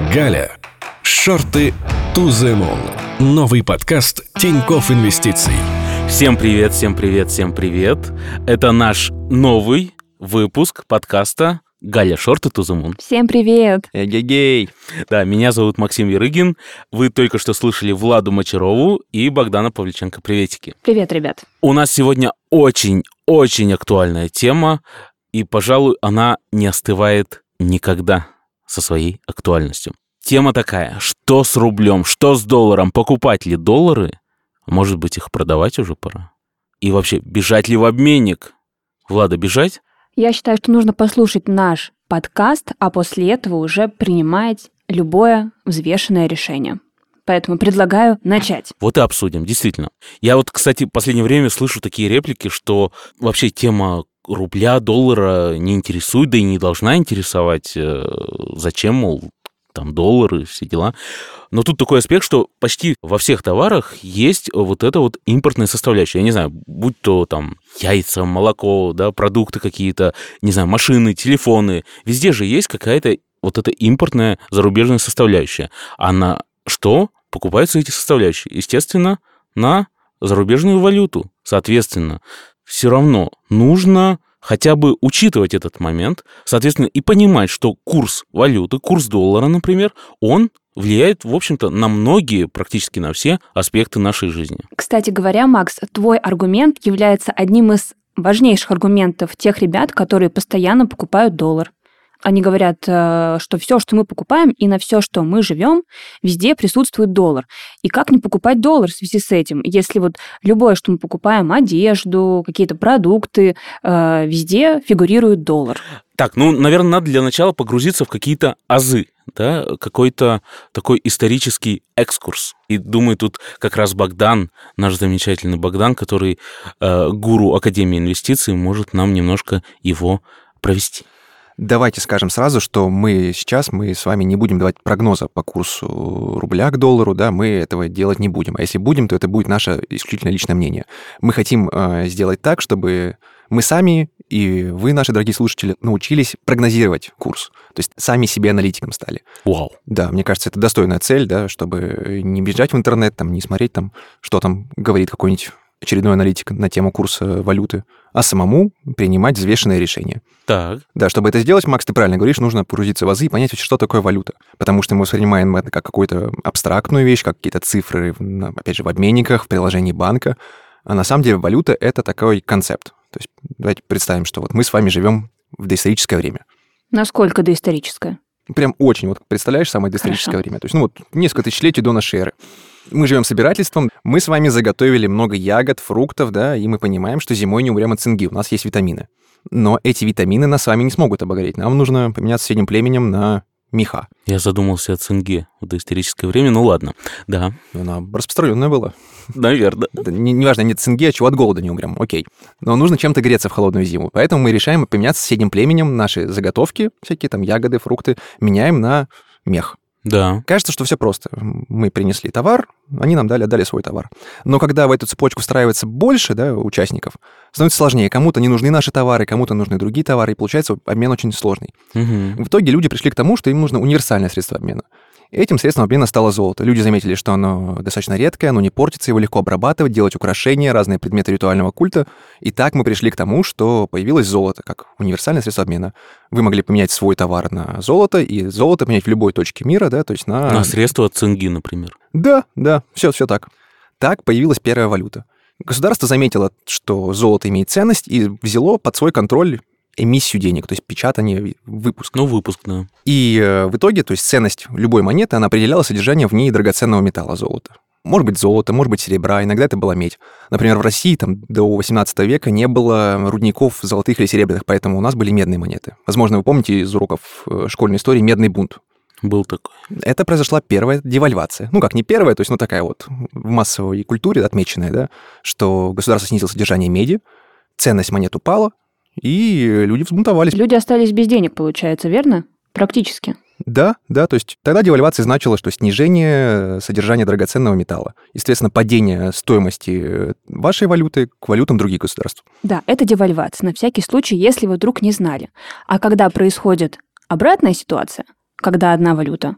Галя. Шорты to the moon. Новый подкаст Тинькофф Инвестиций. Всем привет, всем привет, всем привет. Это наш новый выпуск подкаста «Галя, шорты to the moon». Всем привет! Эгегей! Да, меня зовут Максим Ярыгин. Вы только что слышали Владу Мочарову и Богдана Павличенко. Приветики. Привет, ребят. У нас сегодня очень актуальная тема, и, пожалуй, она не остывает никогда со своей актуальностью. Тема такая: что с рублем, что с долларом, покупать ли доллары? Может быть, их продавать уже пора? И вообще, бежать ли в обменник? Влада, бежать? Я считаю, что нужно послушать наш подкаст, а после этого уже принимать любое взвешенное решение. Поэтому предлагаю начать. Вот и обсудим, действительно. Я вот, кстати, в последнее время слышу такие реплики, что вообще тема рубля, доллара не интересует, да и не должна интересовать. Зачем, мол, там доллары, все дела. Но тут такой аспект, что почти во всех товарах есть вот эта вот импортная составляющая. Я не знаю, будь то там яйца, молоко, да, продукты какие-то, не знаю, машины, телефоны. Везде же есть какая-то вот эта импортная зарубежная составляющая. А на что покупаются эти составляющие? Естественно, на зарубежную валюту. Соответственно, все равно нужно хотя бы учитывать этот момент, соответственно, и понимать, что курс валюты, курс доллара, например, он влияет, в общем-то, на многие, практически на все аспекты нашей жизни. Кстати говоря, Макс, твой аргумент является одним из важнейших аргументов тех ребят, которые постоянно покупают доллар. Они говорят, что все, что мы покупаем, и на все, что мы живем, везде присутствует доллар. И как не покупать доллар в связи с этим, если вот любое, что мы покупаем, одежду, какие-то продукты, везде фигурирует доллар? Так, наверное, надо для начала погрузиться в какие-то азы, да, какой-то такой исторический экскурс. И думаю, тут как раз Богдан, наш замечательный Богдан, который гуру Академии инвестиций, может нам немножко его провести. Давайте скажем сразу, что мы с вами не будем давать прогноза по курсу рубля к доллару, да, мы этого делать не будем. А если будем, то это будет наше исключительно личное мнение. Мы хотим сделать так, чтобы мы сами и вы, наши дорогие слушатели, научились прогнозировать курс. То есть сами себе аналитиком стали. Вау. Да, мне кажется, это достойная цель, да, чтобы не бежать в интернет, там, не смотреть, там, что там говорит какой-нибудь очередной аналитик на тему курса валюты, а самому принимать взвешенные решения. Так. Да, чтобы это сделать, Макс, ты правильно говоришь, нужно погрузиться в азы и понять, что такое валюта. Потому что мы воспринимаем это как какую-то абстрактную вещь, как какие-то цифры, опять же, в обменниках, в приложении банка. А на самом деле валюта — это такой концепт. То есть давайте представим, что вот мы с вами живем в доисторическое время. Насколько доисторическое? Прям очень. Вот представляешь, самое доисторическое время. То есть, несколько тысячелетий до нашей эры. Мы живем собирательством, мы с вами заготовили много ягод, фруктов, да, и мы понимаем, что зимой не умрем от цинги, у нас есть витамины. Но эти витамины нас с вами не смогут обогреть. Нам нужно поменяться с этим племенем на меха. Я задумался о цинге в доисторическое время, ладно, да. Она распространенная была. Наверное. Неважно, нет цинги, а чего от голода не умрем, окей. Но нужно чем-то греться в холодную зиму. Поэтому мы решаем поменяться с соседним племенем, наши заготовки, всякие там ягоды, фрукты, меняем на мех. Да. Кажется, что все просто. Мы принесли товар, они нам отдали свой товар. Но когда в эту цепочку встраивается больше, да, участников, становится сложнее. Кому-то не нужны наши товары, кому-то нужны другие товары, и получается обмен очень сложный. Угу. В итоге люди пришли к тому, что им нужно универсальное средство обмена. Этим средством обмена стало золото. Люди заметили, что оно достаточно редкое, оно не портится, его легко обрабатывать, делать украшения, разные предметы ритуального культа. И так мы пришли к тому, что появилось золото как универсальное средство обмена. Вы могли поменять свой товар на золото, и золото поменять в любой точке мира, да, то есть на средства от цинги, например. Да, все так. Так появилась первая валюта. Государство заметило, что золото имеет ценность, и взяло под свой контроль эмиссию денег, то есть печатание, выпуск. Выпуск, да. И в итоге, то есть ценность любой монеты, она определяла содержание в ней драгоценного металла золота. Может быть золото, может быть серебра, иногда это была медь. Например, в России там, до 18 века не было рудников золотых или серебряных, поэтому у нас были медные монеты. Возможно, вы помните из уроков школьной истории медный бунт. Был такой. Это произошла первая девальвация. Как не первая, то есть такая вот в массовой культуре отмеченная, да, что государство снизило содержание меди, ценность монет упала, и люди взбунтовались. Люди остались без денег, получается, верно? Практически. Да, то есть тогда девальвация значила, что снижение содержания драгоценного металла. Естественно, падение стоимости вашей валюты к валютам других государств. Да, это девальвация, на всякий случай, если вы вдруг не знали. А когда происходит обратная ситуация, когда одна валюта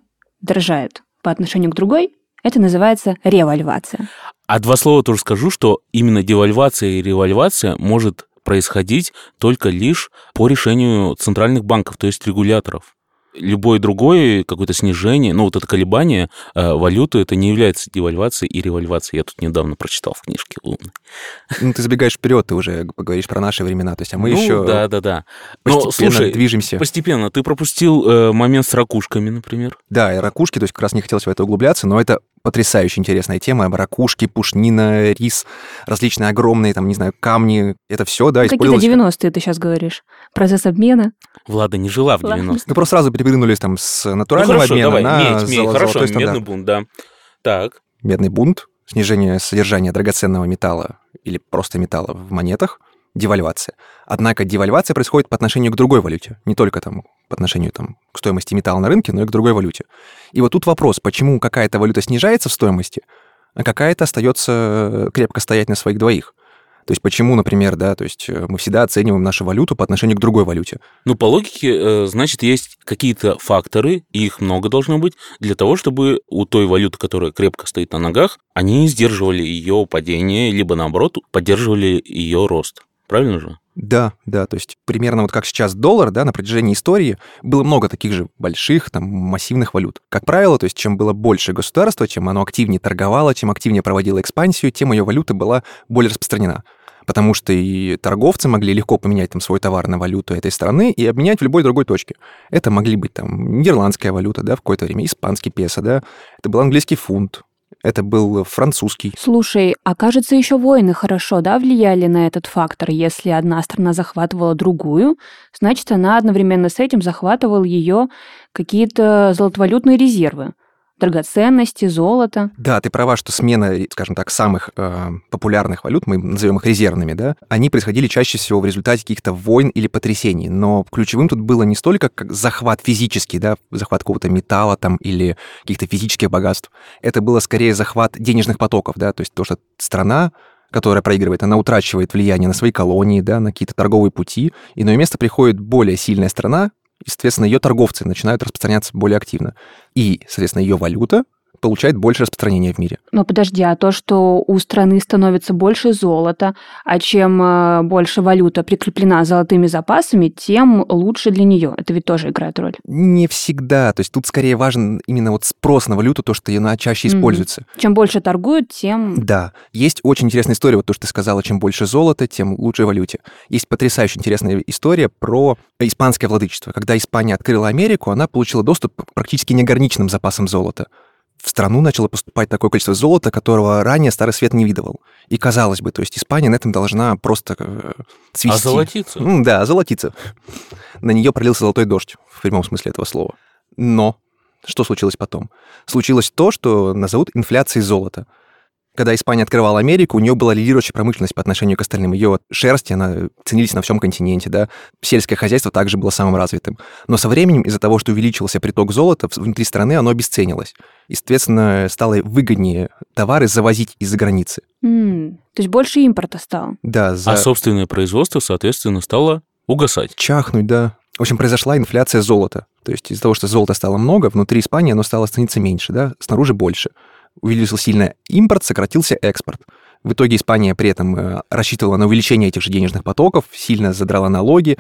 дорожает по отношению к другой, это называется ревальвация. А два слова тоже скажу, что именно девальвация и ревальвация может происходить только лишь по решению центральных банков, то есть регуляторов. Любое другое какое-то снижение, ну вот это колебание валюты, это не является девальвацией и ревальвацией. Я тут недавно прочитал в книжке умной. Ну, ты забегаешь вперед, ты уже говоришь про наши времена, то есть, а мы еще Да. постепенно Но, слушай, движемся. Постепенно. Ты пропустил момент с ракушками, например. Да, и ракушки, то есть как раз не хотелось в это углубляться, но это потрясающе интересная тема. Ракушки, пушнина, рис, различные огромные, там, не знаю, камни. Это все, да, использовалось. Какие-то 90-е ты сейчас говоришь. Процесс обмена. Влада не жила в 90-е. Мы просто сразу перепрыгнули там с натурального обмена давай, на медь, хорошо, золотой стандарт. медный бунт, да. Так. Медный бунт, снижение содержания драгоценного металла или просто металла в монетах, девальвация. Однако девальвация происходит по отношению к другой валюте, не только там по отношению там, к стоимости металла на рынке, но и к другой валюте. И вот тут вопрос, почему какая-то валюта снижается в стоимости, а какая-то остается крепко стоять на своих двоих. То есть почему, например, да, то есть мы всегда оцениваем нашу валюту по отношению к другой валюте. Ну, по логике, значит, есть какие-то факторы, и их много должно быть, для того, чтобы у той валюты, которая крепко стоит на ногах, они сдерживали ее падение, либо, наоборот, поддерживали ее рост. Правильно же? Да, то есть примерно вот как сейчас доллар, да, на протяжении истории было много таких же больших, там, массивных валют. Как правило, то есть чем было больше государства, чем оно активнее торговало, чем активнее проводило экспансию, тем ее валюта была более распространена. Потому что и торговцы могли легко поменять там свой товар на валюту этой страны и обменять в любой другой точке. Это могли быть там нидерландская валюта, да, в какое-то время, испанский песо, да, это был английский фунт, это был французский. Слушай, а кажется, еще войны хорошо, да, влияли на этот фактор? Если одна страна захватывала другую, значит, она одновременно с этим захватывала ее какие-то золотовалютные резервы. Драгоценности, золото. Да, ты права, что смена, скажем так, самых популярных валют, мы назовем их резервными, да, они происходили чаще всего в результате каких-то войн или потрясений. Но ключевым тут было не столько как захват физический, да, захват какого-то металла там или каких-то физических богатств. Это было скорее захват денежных потоков, да, то есть то, что страна, которая проигрывает, она утрачивает влияние на свои колонии, да, на какие-то торговые пути, и на ее место приходит более сильная страна, и, соответственно, ее торговцы начинают распространяться более активно. И, соответственно, ее валюта получает больше распространения в мире. Но подожди, а то, что у страны становится больше золота, а чем больше валюта прикреплена золотыми запасами, тем лучше для нее. Это ведь тоже играет роль. Не всегда. То есть тут скорее важен именно вот спрос на валюту, то, что она чаще используется. Чем больше торгуют, тем... Да. Есть очень интересная история, вот то, что ты сказала, чем больше золота, тем лучше валюте. Есть потрясающе интересная история про испанское владычество. Когда Испания открыла Америку, она получила доступ к практически неограниченным запасам золота. В страну начало поступать такое количество золота, которого ранее Старый Свет не видывал. И казалось бы, то есть Испания на этом должна просто цвести. Озолотиться? Да, озолотиться. На нее пролился золотой дождь, в прямом смысле этого слова. Но что случилось потом? Случилось то, что назовут инфляцией золота. Когда Испания открывала Америку, у нее была лидирующая промышленность по отношению к остальным. Ее шерсти, она ценились на всем континенте, да. Сельское хозяйство также было самым развитым. Но со временем, из-за того, что увеличился приток золота внутри страны, оно обесценилось. И, соответственно, стало выгоднее товары завозить из-за границы. То есть больше импорта стало. Да, А собственное производство, соответственно, стало угасать. Чахнуть, да. В общем, произошла инфляция золота. То есть из-за того, что золота стало много, внутри Испании оно стало цениться меньше, да, снаружи больше. Увеличился сильно импорт, сократился экспорт. В итоге Испания при этом рассчитывала на увеличение этих же денежных потоков, сильно задрала налоги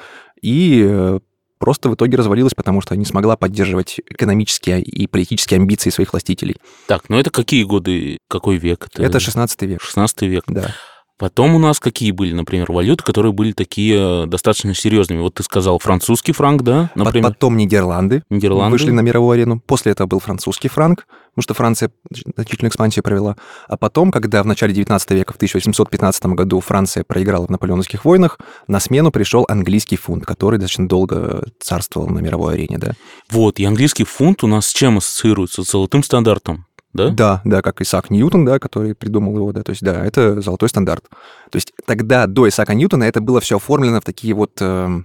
и просто в итоге развалилась, потому что не смогла поддерживать экономические и политические амбиции своих властителей. Так, ну это какие годы, какой век? Это 16 век. 16 век. Да. Потом у нас какие были, например, валюты, которые были такие достаточно серьезными? Вот ты сказал французский франк, да, например? Потом Нидерланды вышли на мировую арену. После этого был французский франк, потому что Франция значительную экспансию провела. А потом, когда в начале 19 века, в 1815 году, Франция проиграла в наполеоновских войнах, на смену пришел английский фунт, который достаточно долго царствовал на мировой арене, да. Вот, и английский фунт у нас с чем ассоциируется? С золотым стандартом. Да? Да, как Исаак Ньютон, да, который придумал его, да, то есть, да, это золотой стандарт. То есть тогда, до Исаака Ньютона, это было все оформлено в такие вот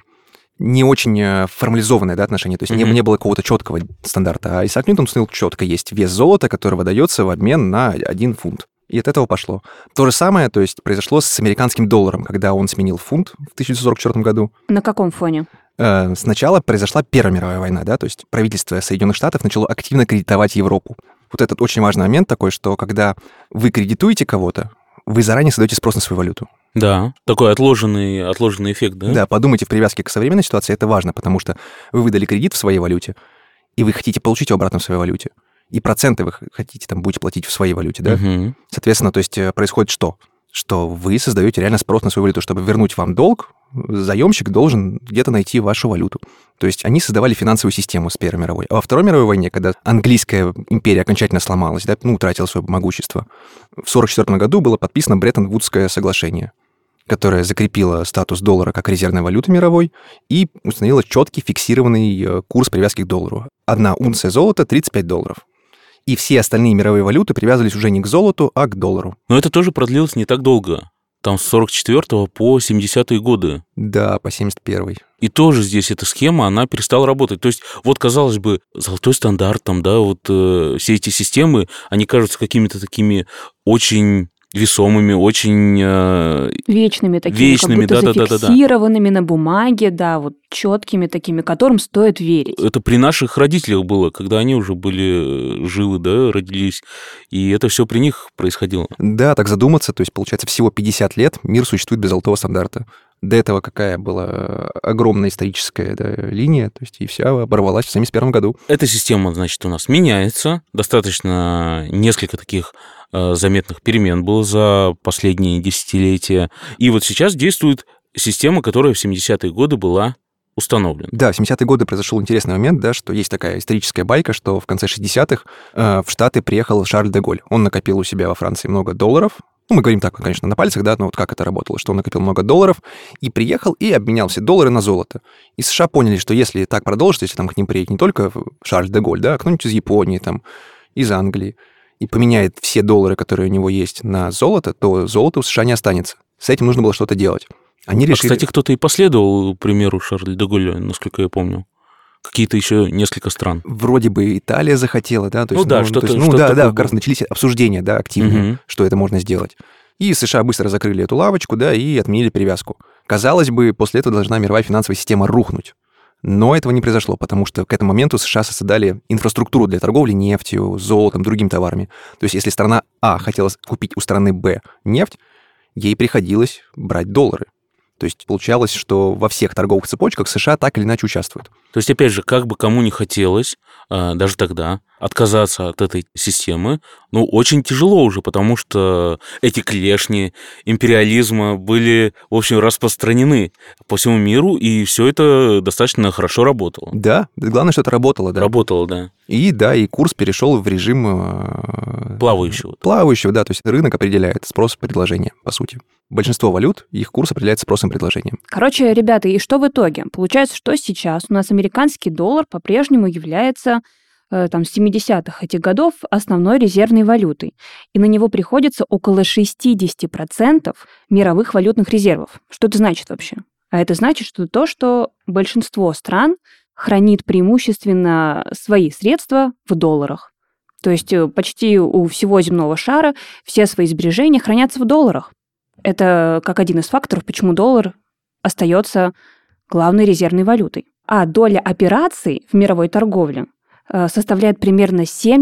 не очень формализованные, да, отношения, то есть не было какого-то четкого стандарта, а Исаак Ньютон установил четко, есть вес золота, который выдается в обмен на 1 фунт. И от этого пошло. То же самое, то есть, произошло с американским долларом, когда он сменил фунт в 1944 году. На каком фоне? Сначала произошла Первая мировая война, да, то есть правительство Соединенных Штатов начало активно кредитовать Европу. Вот этот очень важный момент такой, что когда вы кредитуете кого-то, вы заранее создаете спрос на свою валюту. Да, такой отложенный эффект, да? Да, подумайте в привязке к современной ситуации, это важно, потому что вы выдали кредит в своей валюте, и вы хотите получить его обратно в своей валюте. И проценты вы хотите, будете платить в своей валюте, да? Угу. Соответственно, то есть происходит что? Что вы создаете реально спрос на свою валюту. Чтобы вернуть вам долг, заемщик должен где-то найти вашу валюту. То есть они создавали финансовую систему с Первой мировой. А во Второй мировой войне, когда английская империя окончательно сломалась, да, утратила свое могущество, в 1944 году было подписано Бреттон-Вудское соглашение, которое закрепило статус доллара как резервной валюты мировой и установило четкий фиксированный курс привязки к доллару. 1 унция золота — $35. И все остальные мировые валюты привязывались уже не к золоту, а к доллару. Но это тоже продлилось не так долго. Там с 44 по 70-е годы. Да, по 71-й. И тоже здесь эта схема, она перестала работать. То есть, вот, казалось бы, золотой стандарт, там, да, вот все эти системы, они кажутся какими-то такими очень весомыми, очень... вечными такими, вечными, как будто да. зафиксированными на бумаге, да, вот четкими такими, которым стоит верить. Это при наших родителях было, когда они уже были живы, да, родились, и это все при них происходило. Да, так задуматься, то есть, получается, всего 50 лет мир существует без золотого стандарта. До этого какая была огромная историческая линия, то есть и вся оборвалась в 1971 году. Эта система, значит, у нас меняется. Достаточно несколько таких заметных перемен было за последние десятилетия. И вот сейчас действует система, которая в 70-е годы была установлена. Да, в 70-е годы произошел интересный момент, да, что есть такая историческая байка, что в конце 60-х в Штаты приехал Шарль де Голль. Он накопил у себя во Франции много долларов. Мы говорим так, конечно, на пальцах, да, но вот как это работало, что он накопил много долларов и приехал и обменял все доллары на золото. И США поняли, что если так продолжится, если там к ним приедет не только Шарль де Голль, да, а кто-нибудь из Японии, там, из Англии, и поменяет все доллары, которые у него есть, на золото, то золота у США не останется. С этим нужно было что-то делать. Они решили... кстати, кто-то и последовал примеру Шарля де Голля, насколько я помню. Какие-то еще несколько стран. Вроде бы Италия захотела, да? То есть, что-то как раз начались обсуждения, да, активные, что это можно сделать. И США быстро закрыли эту лавочку, да, и отменили привязку. Казалось бы, после этого должна мировая финансовая система рухнуть. Но этого не произошло, потому что к этому моменту США создали инфраструктуру для торговли нефтью, золотом, другими товарами. То есть если страна А хотела купить у страны Б нефть, ей приходилось брать доллары. То есть получалось, что во всех торговых цепочках США так или иначе участвуют. То есть, опять же, как бы кому ни хотелось, даже тогда, отказаться от этой системы, очень тяжело уже, потому что эти клешни империализма были, в общем, распространены по всему миру, и все это достаточно хорошо работало. Да, главное, что это работало, да. Работало, да. И курс перешел в режим... Плавающего. Плавающего, да, то есть рынок определяет спрос и предложение, по сути. Большинство валют, их курс определяется спросом и предложением. Короче, ребята, и что в итоге? Получается, что сейчас у нас американский доллар по-прежнему является с 70-х этих годов основной резервной валютой. И на него приходится около 60% мировых валютных резервов. Что это значит вообще? А это значит, что большинство стран хранит преимущественно свои средства в долларах. То есть почти у всего земного шара все свои сбережения хранятся в долларах. Это как один из факторов, почему доллар остается главной резервной валютой. А доля операций в мировой торговле составляет примерно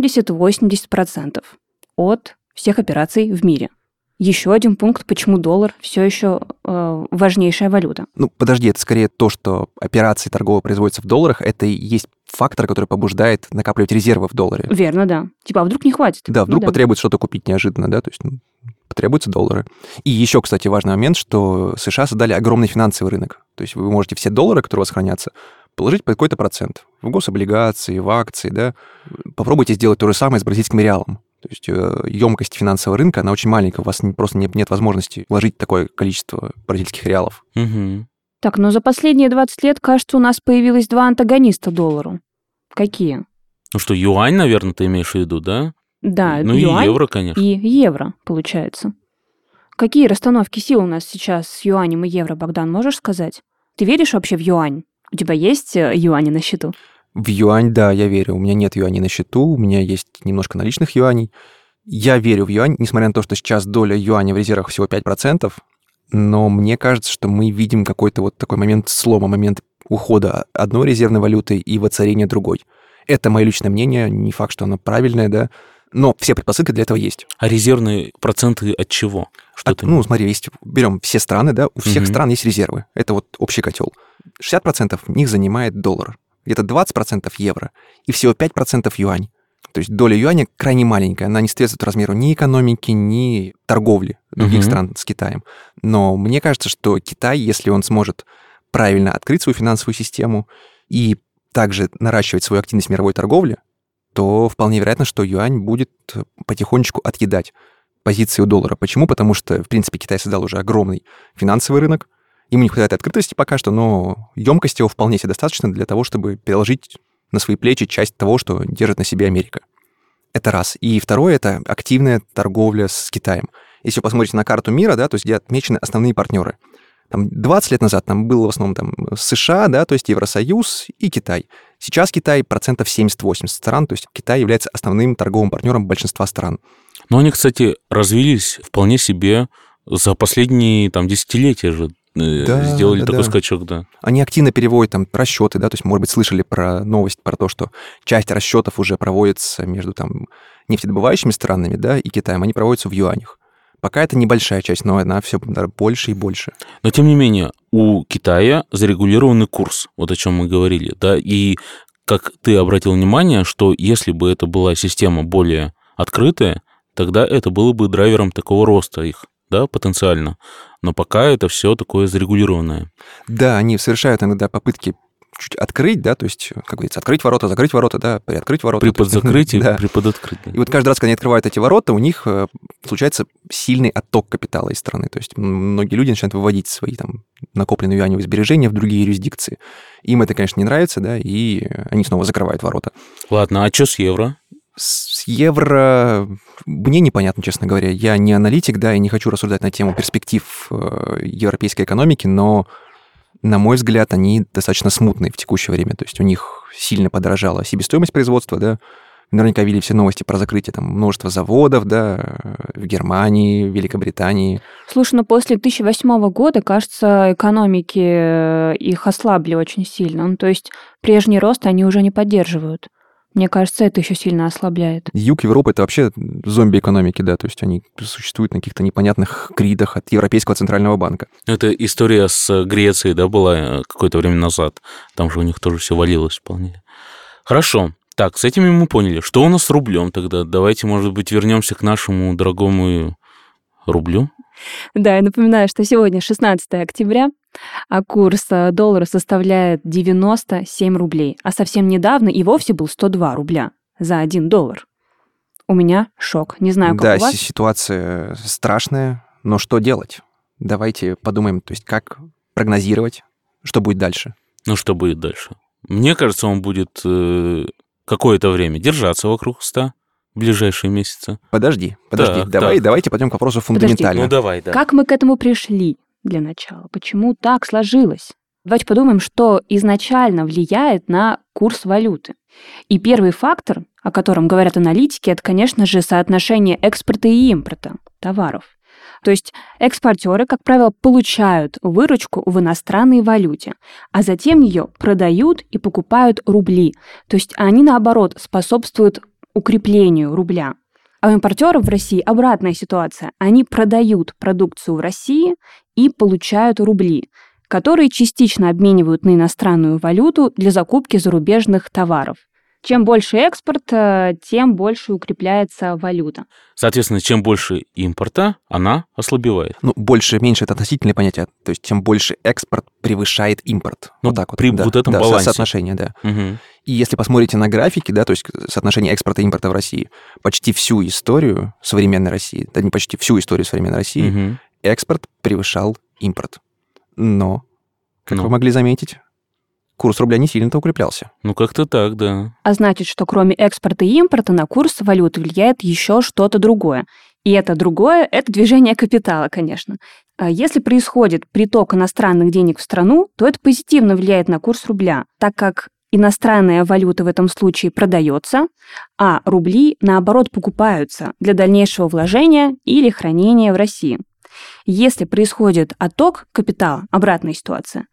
70-80% от всех операций в мире. Еще один пункт, почему доллар все еще важнейшая валюта. Подожди, это скорее то, что операции торговые производятся в долларах, это и есть фактор, который побуждает накапливать резервы в долларе. Верно, да. А вдруг не хватит? Да, вдруг потребуется что-то купить неожиданно, да, то есть потребуются доллары. И еще, кстати, важный момент, что США создали огромный финансовый рынок. То есть вы можете все доллары, которые у вас хранятся, положить по какой-то процент в гособлигации, в акции, да. Попробуйте сделать то же самое с бразильским реалом. То есть емкость финансового рынка, она очень маленькая, у вас просто нет возможности вложить такое количество бразильских реалов. Угу. Так, но за последние 20 лет, кажется, у нас появилось два антагониста доллару. Какие? Юань, наверное, ты имеешь в виду, да? Да, юань и евро, конечно. И евро, получается. Какие расстановки сил у нас сейчас с юанем и евро, Богдан, можешь сказать? Ты веришь вообще в юань? У тебя есть юани на счету? В юань, да, я верю. У меня нет юаней на счету, у меня есть немножко наличных юаней. Я верю в юань, несмотря на то, что сейчас доля юаня в резервах всего 5%, но мне кажется, что мы видим какой-то вот такой момент слома, момент ухода одной резервной валюты и воцарения другой. Это мое личное мнение, не факт, что оно правильное, да, но все предпосылки для этого есть. А резервные проценты от чего? Смотри, если берем все страны, да, у всех стран есть резервы. Это вот общий котел. 60% в них занимает доллар, где-то 20% евро и всего 5% юань. То есть доля юаня крайне маленькая, она не соответствует размеру ни экономики, ни торговли других стран с Китаем. Но мне кажется, что Китай, если он сможет правильно открыть свою финансовую систему и также наращивать свою активность в мировой торговле, то вполне вероятно, что юань будет потихонечку отъедать позиции у доллара. Почему? Потому что, в принципе, Китай создал уже огромный финансовый рынок, ему не хватает открытости пока что, но емкости его вполне себе достаточно для того, чтобы переложить на свои плечи часть того, что держит на себе Америка. Это раз. И второе — это активная торговля с Китаем. Если вы посмотрите на карту мира, да, то есть где отмечены основные партнеры. Там 20 лет назад там было в основном там США, да, то есть Евросоюз и Китай. Сейчас Китай 70-80% стран, то есть Китай является основным торговым партнером большинства стран. Но они, кстати, развились вполне себе за последние там десятилетия же. Сделали такой скачок, да. Они активно переводят там расчеты, да, то есть, может быть, слышали про новость, про то, что часть расчетов уже проводится между там нефтедобывающими странами, да, и Китаем, они проводятся в юанях. Пока это небольшая часть, но она все больше и больше. Но, тем не менее, у Китая зарегулированный курс, вот о чем мы говорили, да, и как ты обратил внимание, что если бы это была система более открытая, тогда это было бы драйвером такого роста их, да, потенциально. Но пока это все такое зарегулированное. Да, они совершают иногда попытки чуть открыть, да, то есть, как говорится, открыть ворота, закрыть ворота, да, приоткрыть ворота. При подзакрытии, при подоткрытии. И вот каждый раз, когда они открывают эти ворота, у них случается сильный отток капитала из страны. То есть многие люди начинают выводить свои там накопленные юаневые сбережения в другие юрисдикции. Им это, конечно, не нравится, да, и они снова закрывают ворота. Ладно, а что с евро? С евро мне непонятно, честно говоря. Я не аналитик, да, и не хочу рассуждать на тему перспектив европейской экономики, но, на мой взгляд, они достаточно смутные в текущее время. То есть у них сильно подорожала себестоимость производства, да. Наверняка видели все новости про закрытие там множества заводов, да, в Германии, в Великобритании. Слушай, после 2008 года, кажется, экономики их ослабли очень сильно. То есть прежний рост они уже не поддерживают. Мне кажется, это еще сильно ослабляет. Юг Европы — это вообще зомби-экономики, да, то есть они существуют на каких-то непонятных кредитах от Европейского центрального банка. Это история с Грецией, да, была какое-то время назад. Там же у них тоже все валилось вполне. Хорошо. Так, с этими мы поняли. Что у нас с рублем тогда? Давайте, может быть, вернемся к нашему дорогому рублю. Да, я напоминаю, что сегодня 16 октября, а курс доллара составляет 97 рублей. А совсем недавно и вовсе был 102 рубля за $1. У меня шок. Не знаю, как у вас. Да, ситуация страшная, но что делать? Давайте подумаем, то есть как прогнозировать, что будет дальше. Ну, что будет дальше? Мне кажется, он будет какое-то время держаться вокруг 100 в ближайшие месяцы. Подожди. Давайте пойдем к вопросу фундаментально. Ну, давай, да. Как мы к этому пришли для начала? Почему так сложилось? Давайте подумаем, что изначально влияет на курс валюты. И первый фактор, о котором говорят аналитики, это, конечно же, соотношение экспорта и импорта товаров. То есть экспортеры, как правило, получают выручку в иностранной валюте, а затем ее продают и покупают рубли. То есть они, наоборот, способствуют укреплению рубля. А у импортеров в России обратная ситуация. Они продают продукцию в России и получают рубли, которые частично обменивают на иностранную валюту для закупки зарубежных товаров. Чем больше экспорт, тем больше укрепляется валюта. Соответственно, чем больше импорта, она ослабевает. Ну, больше-меньше — это относительное понятие. То есть, чем больше экспорт превышает импорт. Ну, вот так вот. При вот этом балансе. Соотношение, да. Угу. И если посмотрите на графики, да, то есть соотношение экспорта и импорта в России, почти всю историю современной России, да не почти всю историю современной России, экспорт превышал импорт. Но, как вы могли заметить, курс рубля не сильно-то укреплялся. Ну, как-то так, да. А значит, что кроме экспорта и импорта на курс валюты влияет еще что-то другое. И это другое – это движение капитала, конечно. Если происходит приток иностранных денег в страну, то это позитивно влияет на курс рубля, так как иностранная валюта в этом случае продается, а рубли, наоборот, покупаются для дальнейшего вложения или хранения в России. Если происходит отток капитала, обратная ситуация,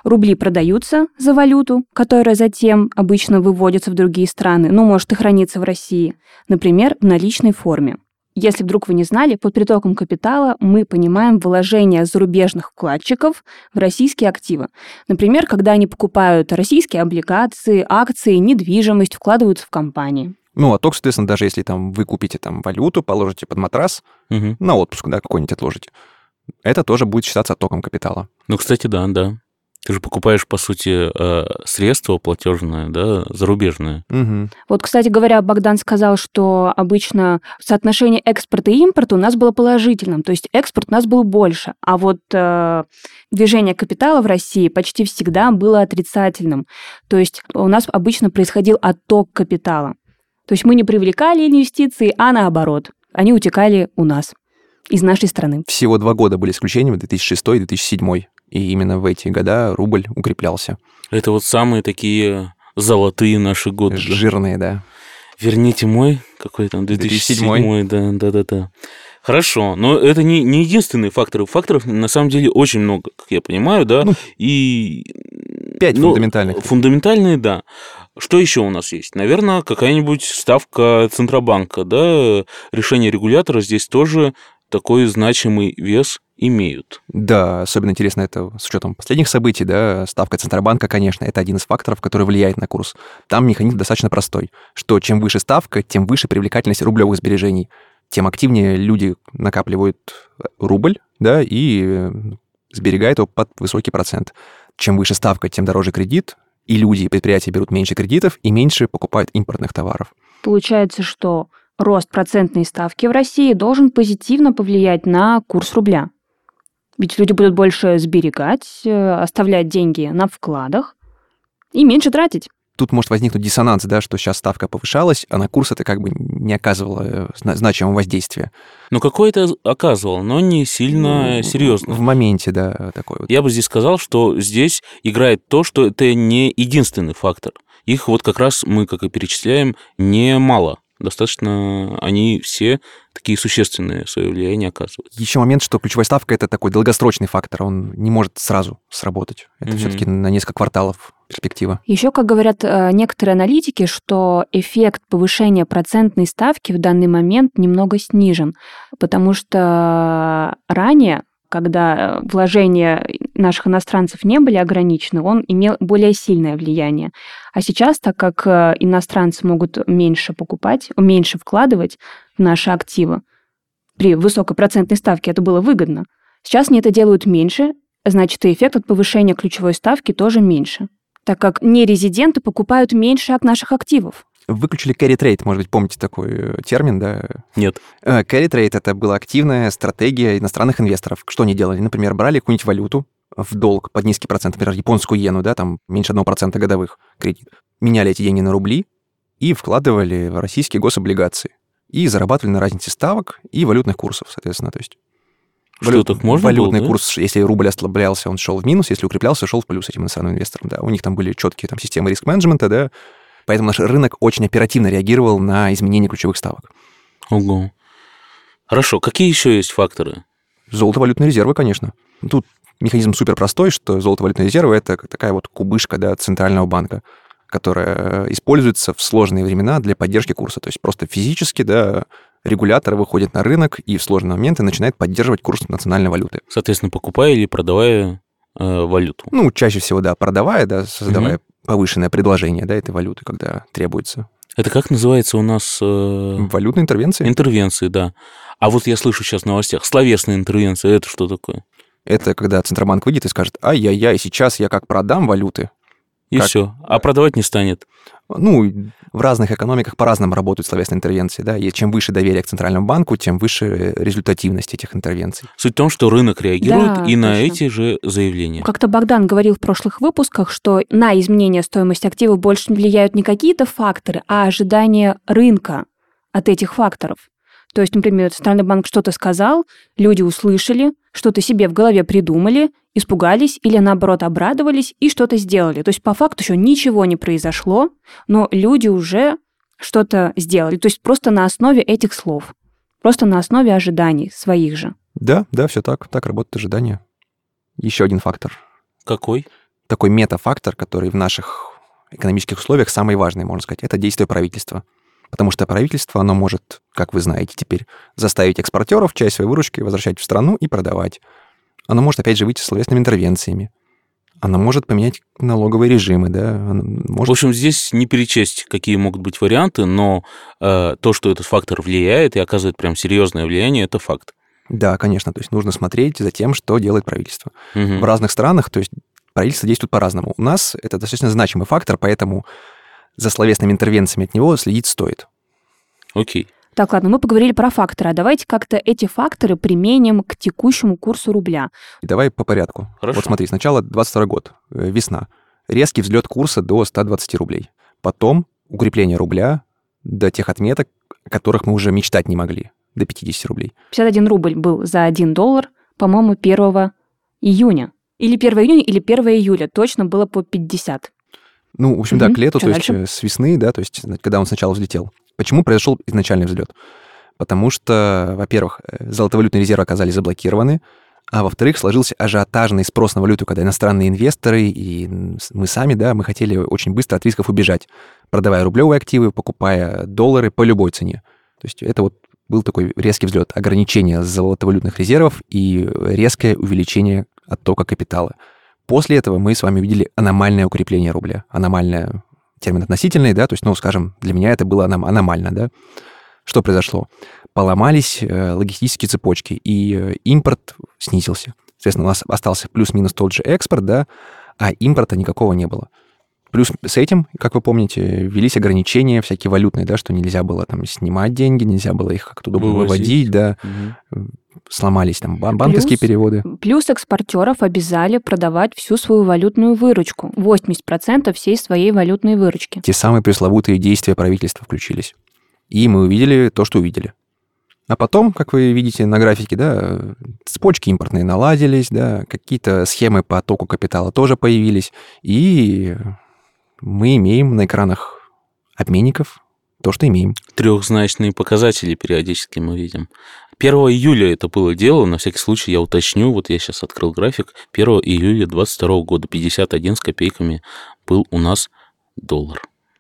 Рубли продаются за валюту, которая затем обычно выводится в другие страны, может и храниться в России, например, в наличной форме. Если вдруг вы не знали, под притоком капитала мы понимаем вложения зарубежных вкладчиков в российские активы. Например, когда они покупают российские облигации, акции, недвижимость, вкладываются в компании. Отток, соответственно, даже если вы купите валюту, положите под матрас, на отпуск, какой-нибудь отложите, это тоже будет считаться оттоком капитала. Кстати, да. Ты же покупаешь, по сути, средство платежное, зарубежное. Угу. Кстати говоря, Богдан сказал, что обычно соотношение экспорта и импорта у нас было положительным, то есть экспорт у нас был больше, а движение капитала в России почти всегда было отрицательным. То есть у нас обычно происходил отток капитала. То есть мы не привлекали инвестиции, а наоборот, они утекали у нас, из нашей страны. Всего 2 года были исключениями, 2006 и 2007. И именно в эти года рубль укреплялся. Это самые такие золотые наши годы. Жирные, да. Верните мой, какой там, 2007. Да. Хорошо, но это не единственные факторы. Факторов, на самом деле, очень много, как я понимаю, да. 5 фундаментальных. Фундаментальные, да. Что еще у нас есть? Наверное, какая-нибудь ставка Центробанка, да. Решения регулятора здесь тоже такой значимый вес имеют. Да, особенно интересно это с учетом последних событий, да, ставка Центробанка, конечно, это один из факторов, который влияет на курс. Там механизм достаточно простой, что чем выше ставка, тем выше привлекательность рублевых сбережений, тем активнее люди накапливают рубль, да, и сберегают его под высокий процент. Чем выше ставка, тем дороже кредит, и люди и предприятия берут меньше кредитов и меньше покупают импортных товаров. Получается, что рост процентной ставки в России должен позитивно повлиять на курс рубля. Ведь люди будут больше сберегать, оставлять деньги на вкладах и меньше тратить. Тут может возникнуть диссонанс, да, что сейчас ставка повышалась, а на курс это не оказывало значимого воздействия. Какое-то оказывало, но не сильно серьезно. В моменте, да, такой вот. Я бы здесь сказал, что здесь играет то, что это не единственный фактор. Их как раз мы, как и перечисляем, немало. Достаточно они все такие существенные свое влияние оказывают. Еще момент, что ключевая ставка – это такой долгосрочный фактор, он не может сразу сработать. Это все-таки на несколько кварталов перспектива. Еще, как говорят некоторые аналитики, что эффект повышения процентной ставки в данный момент немного снижен, потому что ранее, когда вложения наших иностранцев не были ограничены, он имел более сильное влияние. А сейчас, так как иностранцы могут меньше покупать, меньше вкладывать в наши активы, при высокой процентной ставке это было выгодно. Сейчас они это делают меньше, значит, и эффект от повышения ключевой ставки тоже меньше, так как нерезиденты покупают меньше наших активов. Выключили carry trade, может быть, помните такой термин, да? Нет. Carry trade – это была активная стратегия иностранных инвесторов. Что они делали? Например, брали какую-нибудь валюту в долг под низкий процент, например, японскую иену, да, там меньше 1% годовых кредит. Меняли эти деньги на рубли и вкладывали в российские гособлигации. И зарабатывали на разнице ставок и валютных курсов, соответственно. То есть так можно валютный было, да? курс, если рубль ослаблялся, он шел в минус, если укреплялся, шел в плюс этим иностранным инвесторам. Да. У них там были четкие системы риск-менеджмента, да. Поэтому наш рынок очень оперативно реагировал на изменения ключевых ставок. Ого. Хорошо. Какие еще есть факторы? Золото-валютные резервы, конечно. Тут механизм супер простой, что золото-валютные резервы – это такая кубышка, да, центрального банка, которая используется в сложные времена для поддержки курса. То есть просто физически, да, регулятор выходит на рынок и в сложные моменты начинает поддерживать курс национальной валюты. Соответственно, покупая или продавая валюту. Чаще всего, да, продавая, да, создавая повышенное предложение, да, этой валюты, когда требуется. Это как называется у нас? Валютные интервенции. Интервенции, да. А я слышу сейчас в новостях, словесные интервенции, это что такое? Это когда Центробанк выйдет и скажет: ай-яй-яй, сейчас я как продам валюты. И все, а продавать не станет. В разных экономиках по-разному работают словесные интервенции, да, и чем выше доверие к Центральному банку, тем выше результативность этих интервенций. Суть в том, что рынок реагирует да, и на точно. эти же заявления. Как-то Богдан говорил в прошлых выпусках, что на изменение стоимости активов больше не влияют не какие-то факторы, а ожидания рынка от этих факторов. То есть, например, Центральный банк что-то сказал, люди услышали, что-то себе в голове придумали, испугались или, наоборот, обрадовались и что-то сделали. То есть, по факту еще ничего не произошло, но люди уже что-то сделали. То есть, просто на основе этих слов, просто на основе ожиданий своих же. Да, все так. Так работают ожидания. Еще один фактор. Какой? такой метафактор, который в наших экономических условиях самый важный, можно сказать, это действие правительства. Потому что правительство, оно может, как вы знаете теперь, заставить экспортеров часть своей выручки возвращать в страну и продавать. Оно может, опять же, выйти с словесными интервенциями. Оно может поменять налоговые режимы, да. В общем, здесь не перечесть, какие могут быть варианты, но то, что этот фактор влияет и оказывает прям серьезное влияние, это факт. Да, конечно, то есть нужно смотреть за тем, что делает правительство. Угу. В разных странах, то есть правительство действует по-разному. У нас это достаточно значимый фактор, поэтому за словесными интервенциями от него следить стоит. Окей. Так, ладно, мы поговорили про факторы, а давайте как-то эти факторы применим к текущему курсу рубля. Давай по порядку. Хорошо. Вот смотри, сначала 22 год, весна. Резкий взлет курса до 120 рублей. Потом укрепление рубля до тех отметок, о которых мы уже мечтать не могли, до 50 рублей. 51 рубль был за $1, по-моему, 1 июня. Или 1 июня, или 1 июля. Точно было по 50. Ну, в общем, да, к лету, Что то есть дальше? с весны, да, то есть когда он сначала взлетел. Почему произошел изначальный взлет? Потому что, во-первых, золотовалютные резервы оказались заблокированы, а во-вторых, сложился ажиотажный спрос на валюту, когда иностранные инвесторы и мы сами, да, мы хотели очень быстро от рисков убежать, продавая рублевые активы, покупая доллары по любой цене. То есть это вот был такой резкий взлет, ограничение золотовалютных резервов и резкое увеличение оттока капитала. После этого мы с вами увидели аномальное укрепление рубля. Аномальное термин относительный, да, то есть, ну, скажем, для меня это было аномально, да. Что произошло? Поломались логистические цепочки, и импорт снизился. Соответственно, у нас остался плюс-минус тот же экспорт, да, а импорта никакого не было. Плюс с этим, как вы помните, ввелись ограничения всякие валютные, да, что нельзя было там снимать деньги, нельзя было их как-то удобно выводить, да. Угу. Сломались там банковские переводы. Плюс экспортеров обязали продавать всю свою валютную выручку. 80% всей своей валютной выручки. Те самые пресловутые действия правительства включились. И мы увидели то, что увидели. А потом, как вы видите на графике, да, цепочки импортные наладились, да, какие-то схемы по оттоку капитала тоже появились. И мы имеем на экранах обменников то, что имеем. Трехзначные показатели периодически мы видим. 1 июля это было дело, на всякий случай я уточню, вот я сейчас открыл график, 1 июля 2022 года 51 с копейками был у нас доллар.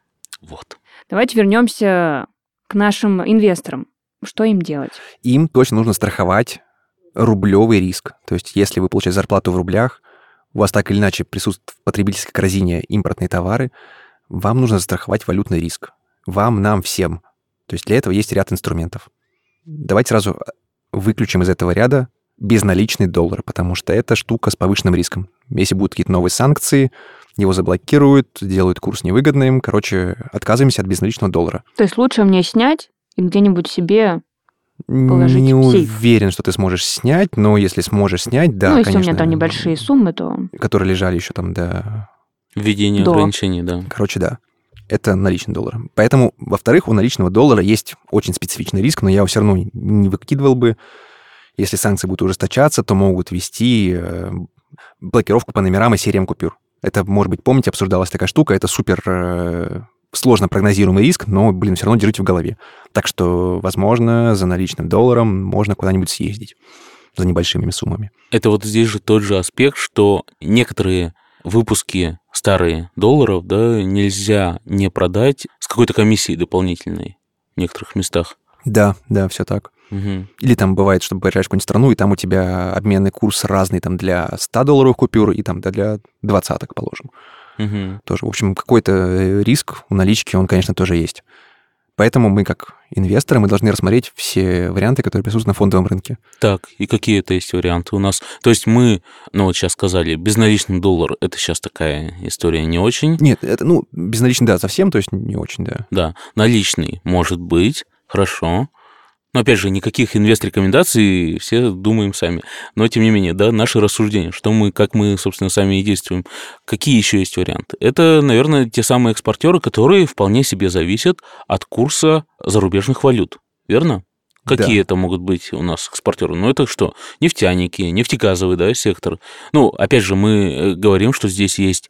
Вот. Давайте вернемся к нашим инвесторам. Что им делать? Им точно нужно страховать рублевый риск. То есть если вы получаете зарплату в рублях, у вас так или иначе присутствует в потребительской корзине импортные товары, вам нужно застраховать валютный риск. Вам, нам, всем. То есть для этого есть ряд инструментов. Давайте сразу выключим из этого ряда безналичный доллар, потому что это штука с повышенным риском. Если будут какие-то новые санкции, его заблокируют, делают курс невыгодным. Короче, отказываемся от безналичного доллара. То есть лучше мне снять и где-нибудь себе положить Не в сейф? уверен, что ты сможешь снять, но если сможешь снять, да, ну, если конечно. у меня там небольшие суммы, то... Которые лежали еще там до... Введение ограничений, да. Короче, да. Это наличный доллар. Поэтому, во-вторых, у наличного доллара есть очень специфичный риск, но я его все равно не выкидывал бы. Если санкции будут ужесточаться, то могут ввести блокировку по номерам и сериям купюр. Это, может быть, помните, обсуждалась такая штука, это супер сложно прогнозируемый риск, но, все равно держите в голове. Так что, возможно, за наличным долларом можно куда-нибудь съездить за небольшими суммами. Это вот здесь же тот же аспект, что некоторые выпуски старые долларов, да, нельзя не продать с какой-то комиссией дополнительной в некоторых местах. Да, все так. Угу. Или там бывает, что поезжаешь в какую-нибудь страну, и там у тебя обменный курс разный там для 100-долларовых купюр и там для 20-ок, положим. Угу. Тоже, в общем, какой-то риск у налички, он, конечно, тоже есть. Поэтому мы, как инвесторы, мы должны рассмотреть все варианты, которые присутствуют на фондовом рынке. Так, и какие это есть варианты у нас? То есть мы, вот сейчас сказали, безналичный доллар, это сейчас такая история не очень. Нет, это, безналичный, да, совсем, то есть не очень, да. Да, наличный может быть, хорошо. Но, опять же, никаких инвест-рекомендаций, все думаем сами. Но, тем не менее, да, наши рассуждения, как мы, собственно, сами и действуем. Какие еще есть варианты? Это, наверное, те самые экспортеры, которые вполне себе зависят от курса зарубежных валют. Верно? Какие это могут быть у нас экспортеры? Ну, это что? Нефтяники, нефтегазовый, да, сектор. Ну, опять же, мы говорим, что здесь есть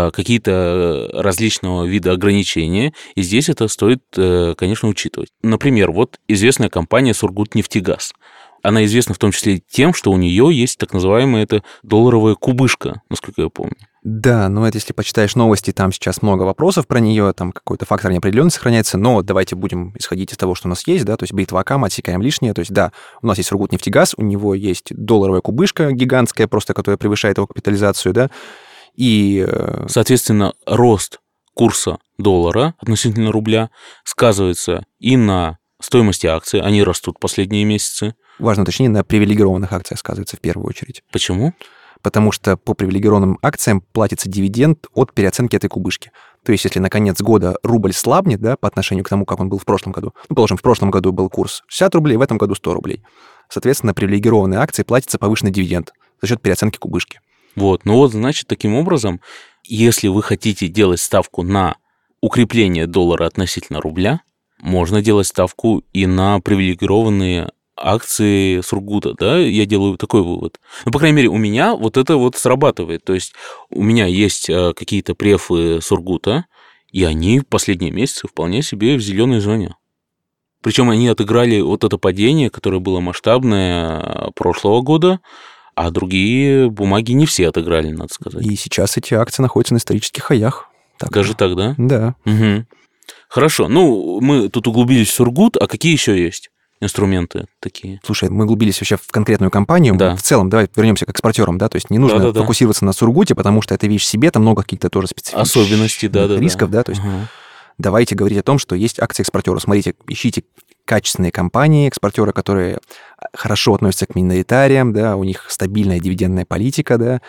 какие-то различного вида ограничения, и здесь это стоит, конечно, учитывать. Например, вот известная компания «Сургутнефтегаз». Она известна в том числе тем, что у нее есть так называемая это долларовая кубышка, насколько я помню. Да, но это если почитаешь новости, там сейчас много вопросов про нее, там какой-то фактор неопределенности сохраняется, но давайте будем исходить из того, что у нас есть, да, то есть бритва Акама, отсекаем лишнее, то есть да, у нас есть Сургутнефтегаз, у него есть долларовая кубышка гигантская, просто которая превышает его капитализацию, да, и... Соответственно, рост курса доллара относительно рубля сказывается и на стоимости акций, они растут последние месяцы. Важно уточнить, на привилегированных акциях сказывается в первую очередь. Почему? Потому что по привилегированным акциям платится дивиденд от переоценки этой кубышки. То есть если на конец года рубль слабнет, да, по отношению к тому, как он был в прошлом году, ну, положим, в прошлом году был курс 60 рублей, в этом году 100 рублей. Соответственно, на привилегированные акции платится повышенный дивиденд за счет переоценки кубышки. Вот, ну вот, значит, таким образом, если вы хотите делать ставку на укрепление доллара относительно рубля, можно делать ставку и на привилегированные акции Сургута, да, я делаю такой вывод. Ну, по крайней мере, у меня вот это вот срабатывает. То есть у меня есть какие-то префы Сургута, и они в последние месяцы вполне себе в зеленой зоне. Причем они отыграли вот это падение, которое было масштабное прошлого года, а другие бумаги не все отыграли, надо сказать. И сейчас эти акции находятся на исторических хаях. Так. Даже так, да? Да. Угу. Хорошо. Ну, мы тут углубились в Сургут, а какие еще есть инструменты такие? Слушай, мы углубились вообще в конкретную компанию. Да. В целом, давай вернемся к экспортерам, да, то есть не нужно фокусироваться на Сургуте, потому что это вещь в себе, там много каких-то тоже специфических особенностей, рисков, да, то есть давайте говорить о том, что есть акции экспортеров. Смотрите, ищите качественные компании, экспортеры, которые хорошо относятся к миноритариям, да, у них стабильная дивидендная политика, да,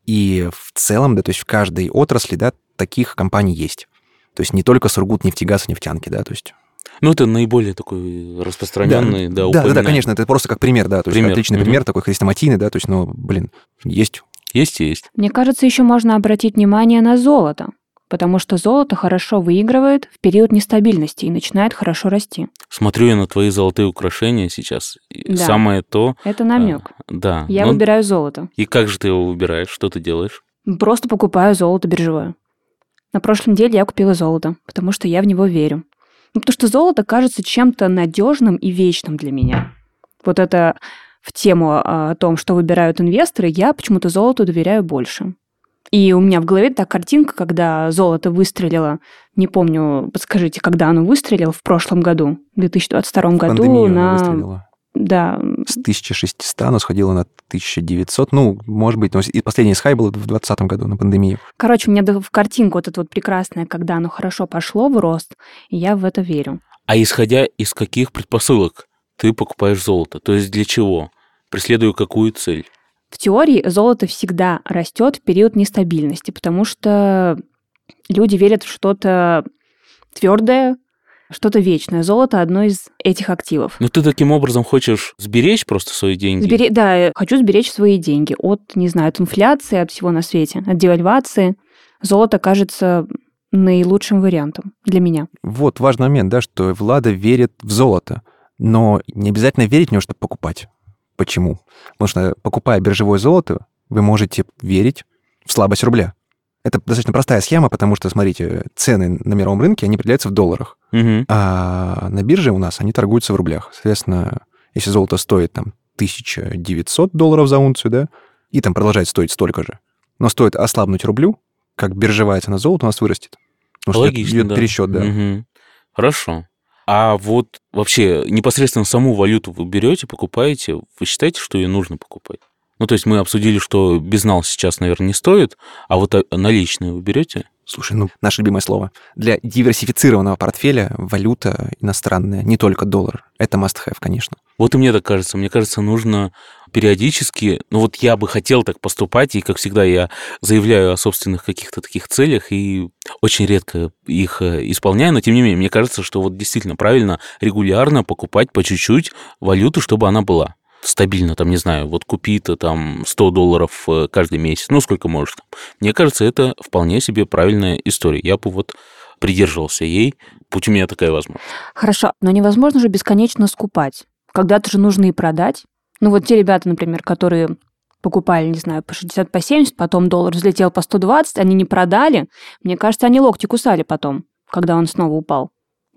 и в целом, да, то есть в каждой отрасли, да, таких компаний есть. То есть не только Сургутнефтегаз и нефтянки, да, то есть... Ну, это наиболее такой распространенный, да, конечно, это просто как пример, да, то есть отличный пример, такой хрестоматийный, да, то есть, ну, блин, есть. Есть. Мне кажется, еще можно обратить внимание на золото, потому что золото хорошо выигрывает в период нестабильности и начинает хорошо расти. Смотрю я на твои золотые украшения сейчас. Да. Самое то... Это намек. Да. Я выбираю золото. И как же ты его выбираешь? Что ты делаешь? Просто покупаю золото биржевое. На прошлой неделе я купила золото, потому что я в него верю. Ну, потому что золото кажется чем-то надежным и вечным для меня. Вот это в тему о том, что выбирают инвесторы, я почему-то золоту доверяю больше. И у меня в голове та картинка, когда золото выстрелило, не помню, подскажите, когда оно выстрелило в прошлом году, в 2022 году. Пандемию оно выстрелило. Да. С 1600 оно сходило на 1900. Ну, может быть, но и последний хай был в 2020 году на пандемию. Короче, у меня в картинку вот это вот прекрасное, когда оно хорошо пошло в рост, и я в это верю. А исходя из каких предпосылок ты покупаешь золото? То есть для чего? Преследуя какую цель? В теории золото всегда растет в период нестабильности, потому что люди верят в что-то твердое, что-то вечное. Золото – одно из этих активов. Ну, ты таким образом хочешь сберечь просто свои деньги? Да, я хочу сберечь свои деньги от, не знаю, от инфляции, от всего на свете, от девальвации. Золото кажется наилучшим вариантом для меня. Вот важный момент, да, что Влада верит в золото, но не обязательно верить в него, чтобы покупать. Почему? Потому что, покупая биржевое золото, вы можете верить в слабость рубля. Это достаточно простая схема, потому что, смотрите, цены на мировом рынке, они определяются в долларах. А на бирже у нас они торгуются в рублях. Соответственно, если золото стоит там $1900 за унцию, да, и там продолжает стоить столько же, но стоит ослабнуть рублю, как биржевая цена золота у нас вырастет. Потому логично, что идет пересчет, да. Хорошо. А вот вообще непосредственно саму валюту вы берете, покупаете, вы считаете, что ее нужно покупать? Ну, то есть мы обсудили, что безнал сейчас, наверное, не стоит, а вот наличные вы берете? Слушай, ну, наше любимое слово. Для диверсифицированного портфеля валюта иностранная, не только доллар. Это must-have, конечно. Вот и мне так кажется. Мне кажется, нужно периодически... Ну, вот я бы хотел так поступать, и, как всегда, я заявляю о собственных каких-то таких целях, и очень редко их исполняю, но, тем не менее, мне кажется, что вот действительно правильно регулярно покупать по чуть-чуть валюту, чтобы она была стабильно, там, не знаю, вот купи ты там $100 каждый месяц, ну, сколько можешь там. Мне кажется, это вполне себе правильная история. Я бы вот придерживался ей, будь у меня такая возможность. Хорошо, но невозможно же бесконечно скупать. Когда-то же нужно и продать. Ну, вот те ребята, например, которые покупали, не знаю, по 60, по 70, потом доллар взлетел по 120, они не продали. Мне кажется, они локти кусали потом, когда он снова упал.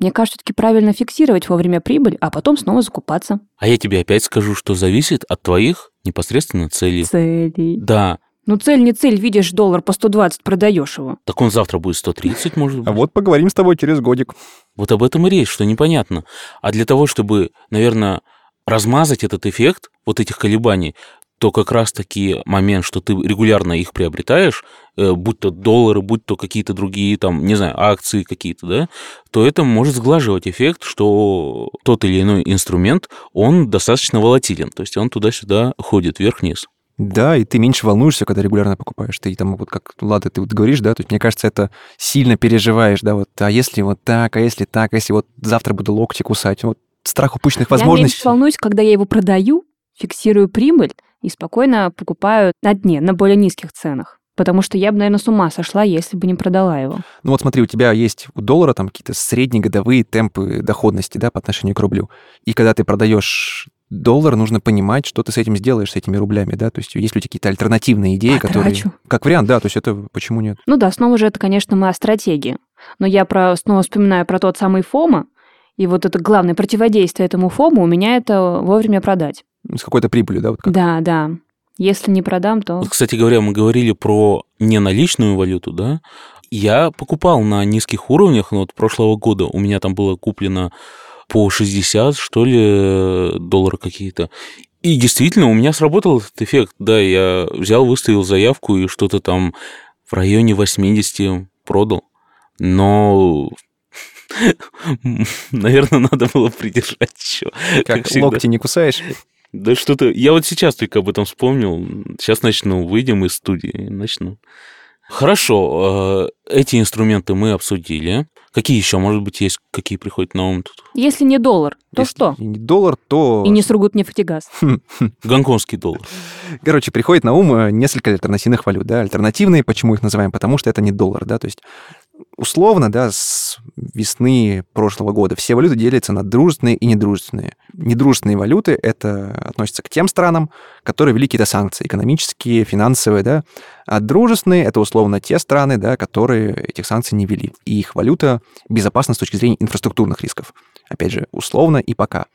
Мне кажется, все-таки правильно фиксировать вовремя прибыль, а потом снова закупаться. А я тебе опять скажу, что зависит от твоих непосредственно целей. Целей. Да. Ну, цель не цель, видишь, доллар по 120 продаешь его. Так он завтра будет 130, может быть. А вот поговорим с тобой через годик. Вот об этом и речь, что непонятно. А для того, чтобы, наверное, размазать этот эффект вот этих колебаний, то как раз-таки момент, что ты регулярно их приобретаешь, будь то доллары, будь то какие-то другие, там, не знаю, акции какие-то, да, то это может сглаживать эффект, что тот или иной инструмент, он достаточно волатилен, то есть он туда-сюда ходит, вверх-вниз. Да, и ты меньше волнуешься, когда регулярно покупаешь. Ты там, вот как, Лада, ты вот говоришь, да, то есть, мне кажется, это сильно переживаешь, да, вот, а если вот так, а если так, а если вот завтра буду локти кусать, вот страх упущенных возможностей. Я меньше волнуюсь, когда я его продаю, фиксирую прибыль и спокойно покупаю на дне, на более низких ценах. Потому что я бы, наверное, с ума сошла, если бы не продала его. Ну вот смотри, у тебя есть у доллара там какие-то среднегодовые темпы доходности, да, по отношению к рублю. И когда ты продаешь доллар, нужно понимать, что ты с этим сделаешь, с этими рублями, да, то есть есть ли у тебя какие-то альтернативные идеи, которые... Как вариант, да, то есть это почему нет? Ну да, снова же это, конечно, мы о стратегии. Но я снова вспоминаю про тот самый ФОМО, и вот это главное противодействие этому ФОМО у меня это вовремя продать. С какой-то прибылью, да? Вот как? Да. Если не продам, то... Вот, кстати говоря, мы говорили про неналичную валюту, да? Я покупал на низких уровнях, но вот прошлого года у меня там было куплено по 60, что ли, доллара какие-то. И действительно, у меня сработал этот эффект. Да, я взял, выставил заявку и что-то там в районе 80 продал. Но... Наверное, надо было придержать еще. Как локти не кусаешь? Да что-то... Я вот сейчас только об этом вспомнил. Сейчас начну, выйдем из студии, начну. Хорошо, эти инструменты мы обсудили. Какие еще, может быть, есть, какие приходят на ум тут? Если не доллар, то Если что? не доллар, то... И не Сургутнефтегаз. Гонконгский доллар. Короче, приходит на ум несколько альтернативных валют, да. Альтернативные, почему их называем? Потому что это не доллар, да, то есть условно, да, с весны прошлого года все валюты делятся на дружественные и недружественные. Недружественные валюты это относятся к тем странам, которые ввели какие-то санкции экономические, финансовые, да, а дружественные это условно те страны, да, которые этих санкций не ввели. И их валюта безопасна с точки зрения инфраструктурных рисков. Опять же, условно и пока.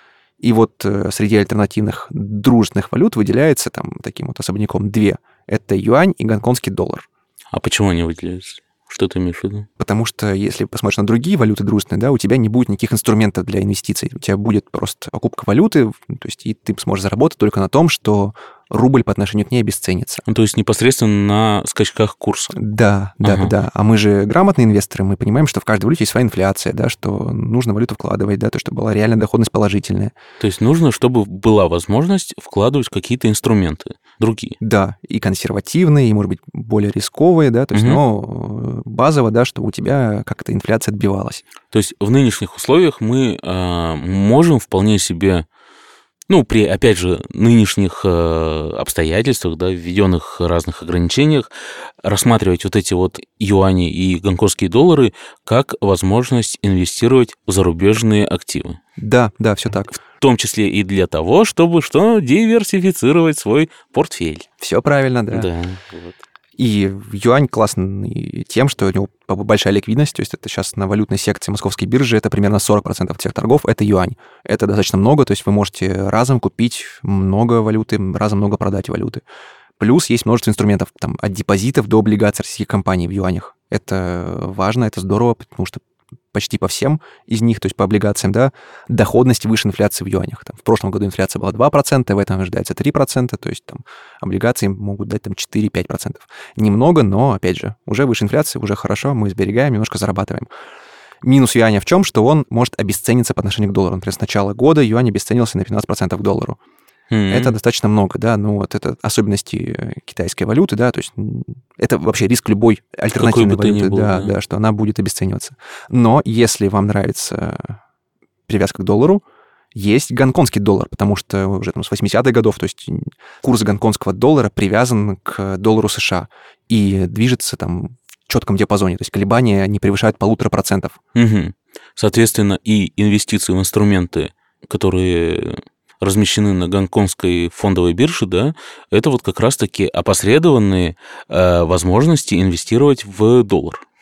И вот среди альтернативных дружественных валют выделяется там таким вот особняком две. Это юань и гонконгский доллар. А почему они выделяются? Что ты имеешь в виду? Потому что если посмотришь на другие валюты дружественные, да, у тебя не будет никаких инструментов для инвестиций. У тебя будет просто покупка валюты, то есть и ты сможешь заработать только на том, что рубль по отношению к ней обесценится. Ну, то есть непосредственно на скачках курса. Да. А мы же грамотные инвесторы, мы понимаем, что в каждой валюте есть своя инфляция, да, что нужно валюту вкладывать, да, то, чтобы была реальная доходность положительная. То есть нужно, чтобы была возможность вкладывать какие-то инструменты другие. Да, и консервативные, и, может быть, более рисковые, да, то есть, но базово, да, чтобы у тебя как-то инфляция отбивалась. То есть в нынешних условиях мы можем вполне себе, ну, при, опять же, нынешних обстоятельствах, да, введенных разных ограничениях, рассматривать вот эти вот юани и гонконгские доллары как возможность инвестировать в зарубежные активы. Да, все так. В том числе и для того, чтобы что? Диверсифицировать свой портфель. Все правильно, да. Да, вот. И юань классный тем, что у него большая ликвидность, то есть это сейчас на валютной секции Московской биржи это примерно 40% всех торгов, это юань. Это достаточно много, то есть вы можете разом купить много валюты, разом много продать валюты. Плюс есть множество инструментов, там, от депозитов до облигаций российских компаний в юанях. Это важно, это здорово, потому что почти по всем из них, то есть по облигациям, да, доходность выше инфляции в юанях. Там, в прошлом году инфляция была 2%, в этом ожидается 3%, то есть там облигации могут дать там 4-5%. Немного, но, опять же, уже выше инфляции, уже хорошо, мы сберегаем, немножко зарабатываем. Минус юаня в чем? Что он может обесцениться по отношению к доллару. Например, с начала года юань обесценился на 15% к доллару. Это достаточно много, да, ну вот это особенности китайской валюты, да, то есть это вообще риск любой альтернативной валюты, да, что она будет обесцениваться. Но если вам нравится привязка к доллару, есть гонконгский доллар, потому что уже там с 80-х годов, то есть курс гонконгского доллара привязан к доллару США и движется там в четком диапазоне, то есть колебания не превышают 1,5%. Угу. Соответственно, и инвестиции в инструменты, которые размещены на гонконгской фондовой бирже, да, это вот как раз-таки опосредованные возможности инвестировать в доллар.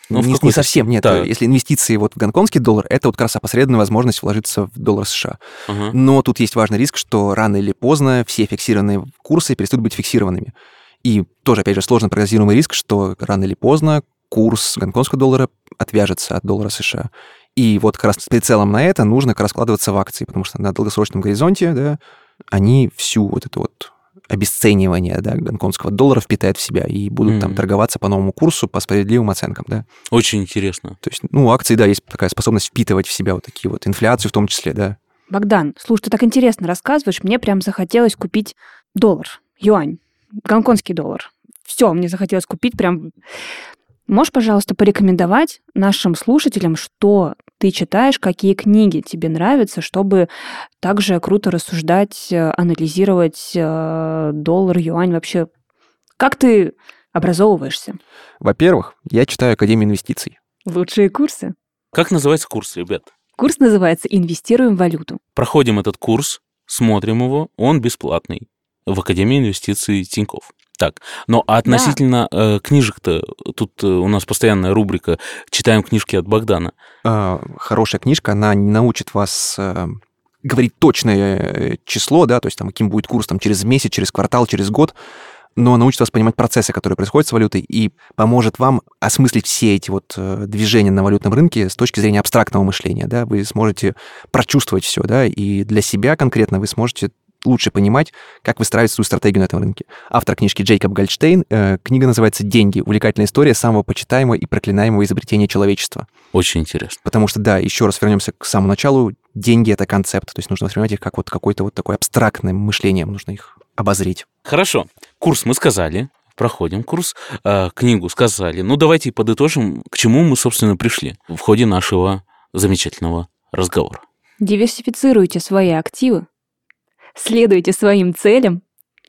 Ну, в не какой-то- совсем, нет. Так. Если инвестиции вот в гонконгский доллар, это вот как раз опосредованная возможность вложиться в доллар США. Ага. Но тут есть важный риск, что рано или поздно все фиксированные курсы перестают быть фиксированными. И тоже, опять же, сложно прогнозируемый риск, что рано или поздно курс гонконгского доллара отвяжется от доллара США. И вот как раз с прицелом на это нужно как раз вкладываться в акции, потому что на долгосрочном горизонте, да, они всю вот это вот обесценивание, да, гонконгского доллара впитают в себя и будут там торговаться по новому курсу, по справедливым оценкам, да. Очень интересно. То есть, ну, у акций, да, есть такая способность впитывать в себя вот такие вот инфляцию в том числе, да. Богдан, слушай, ты так интересно рассказываешь, мне прям захотелось купить доллар, юань, гонконгский доллар. Все, мне захотелось купить прям... Можешь, пожалуйста, порекомендовать нашим слушателям, что ты читаешь, какие книги тебе нравятся, чтобы также круто рассуждать, анализировать доллар, юань вообще? Как ты образовываешься? Во-первых, я читаю Академию инвестиций. Лучшие курсы. Как называется курс, ребят? Курс называется «Инвестируем в валюту». Проходим этот курс, смотрим его, он бесплатный в Академии инвестиций Тинькофф. Так, но относительно книжек-то, тут у нас постоянная рубрика «Читаем книжки от Богдана». Хорошая книжка, она не научит вас говорить точное число, да, то есть там каким будет курс там через месяц, через квартал, через год, но научит вас понимать процессы, которые происходят с валютой, и поможет вам осмыслить все эти вот движения на валютном рынке с точки зрения абстрактного мышления, да, вы сможете прочувствовать все, да, и для себя конкретно вы сможете лучше понимать, как выстраивать свою стратегию на этом рынке. Автор книжки Джейкоб Гольдштейн. Книга называется «Деньги. Увлекательная история самого почитаемого и проклинаемого изобретения человечества». Очень интересно. Потому что, да, еще раз вернемся к самому началу. Деньги — это концепт. То есть нужно воспринимать их как вот какое-то вот такое абстрактное мышление. Нужно их обозреть. Хорошо. Курс мы сказали, проходим курс, книгу сказали. Ну, давайте подытожим, к чему мы, собственно, пришли в ходе нашего замечательного разговора. Диверсифицируйте свои активы, следуйте своим целям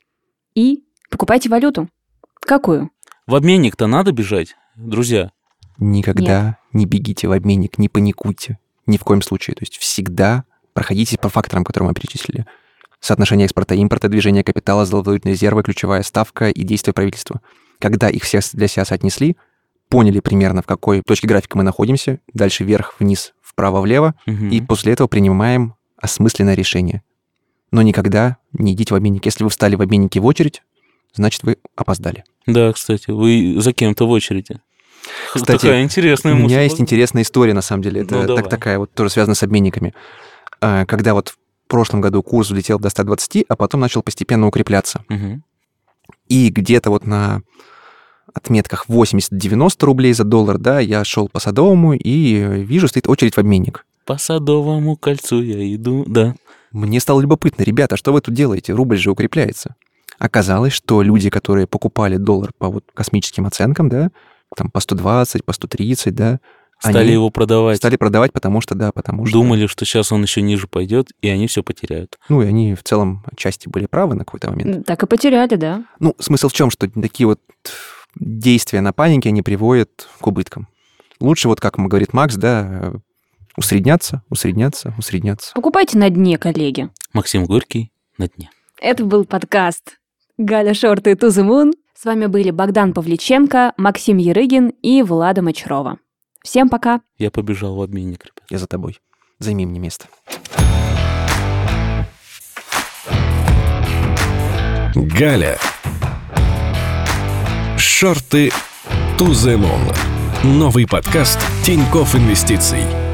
и покупайте валюту. Какую? В обменник-то надо бежать, друзья? Никогда не бегите в обменник, не паникуйте. Ни в коем случае. То есть всегда проходите по факторам, которые мы перечислили. Соотношение экспорта и импорта, движение капитала, золотовалютные резервы, ключевая ставка и действия правительства. Когда их все для себя соотнесли, поняли примерно, в какой точке графика мы находимся, дальше вверх, вниз, вправо, влево, и после этого принимаем осмысленное решение. Но никогда не идите в обменник. Если вы встали в обменнике в очередь, значит, вы опоздали. Да, кстати, вы за кем-то в очереди. Кстати, такая интересная у мысль. меня есть интересная история, на самом деле. Это давай. такая вот тоже связана с обменниками. Когда вот в прошлом году курс взлетел до 120, а потом начал постепенно укрепляться. Угу. И где-то вот на отметках 80-90 рублей за доллар, да, я шел по Садовому и вижу, стоит очередь в обменник. По Садовому кольцу я иду, да. Мне стало любопытно, ребята, что вы тут делаете? Рубль же укрепляется. Оказалось, что люди, которые покупали доллар по вот космическим оценкам, да, там по 120, по 130, да, Стали они его продавать. стали продавать, потому что Думали, что сейчас он еще ниже пойдет, и они все потеряют. Ну, и они в целом отчасти были правы на какой-то момент. Так и потеряли, да. Ну, смысл в чем, что такие вот действия на панике, они приводят к убыткам. Лучше, вот как говорит Макс, да, усредняться. Покупайте на дне, коллеги. Максим Горький на дне. Это был подкаст «Галя Шорты to the Moon». С вами были Богдан Павличенко, Максим Ярыгин и Влада Мочарова. Всем пока. Я побежал в обменник, ребят. Я за тобой. Займи мне место. Галя. Шорты to the Moon. Новый подкаст Тинькофф Инвестиций.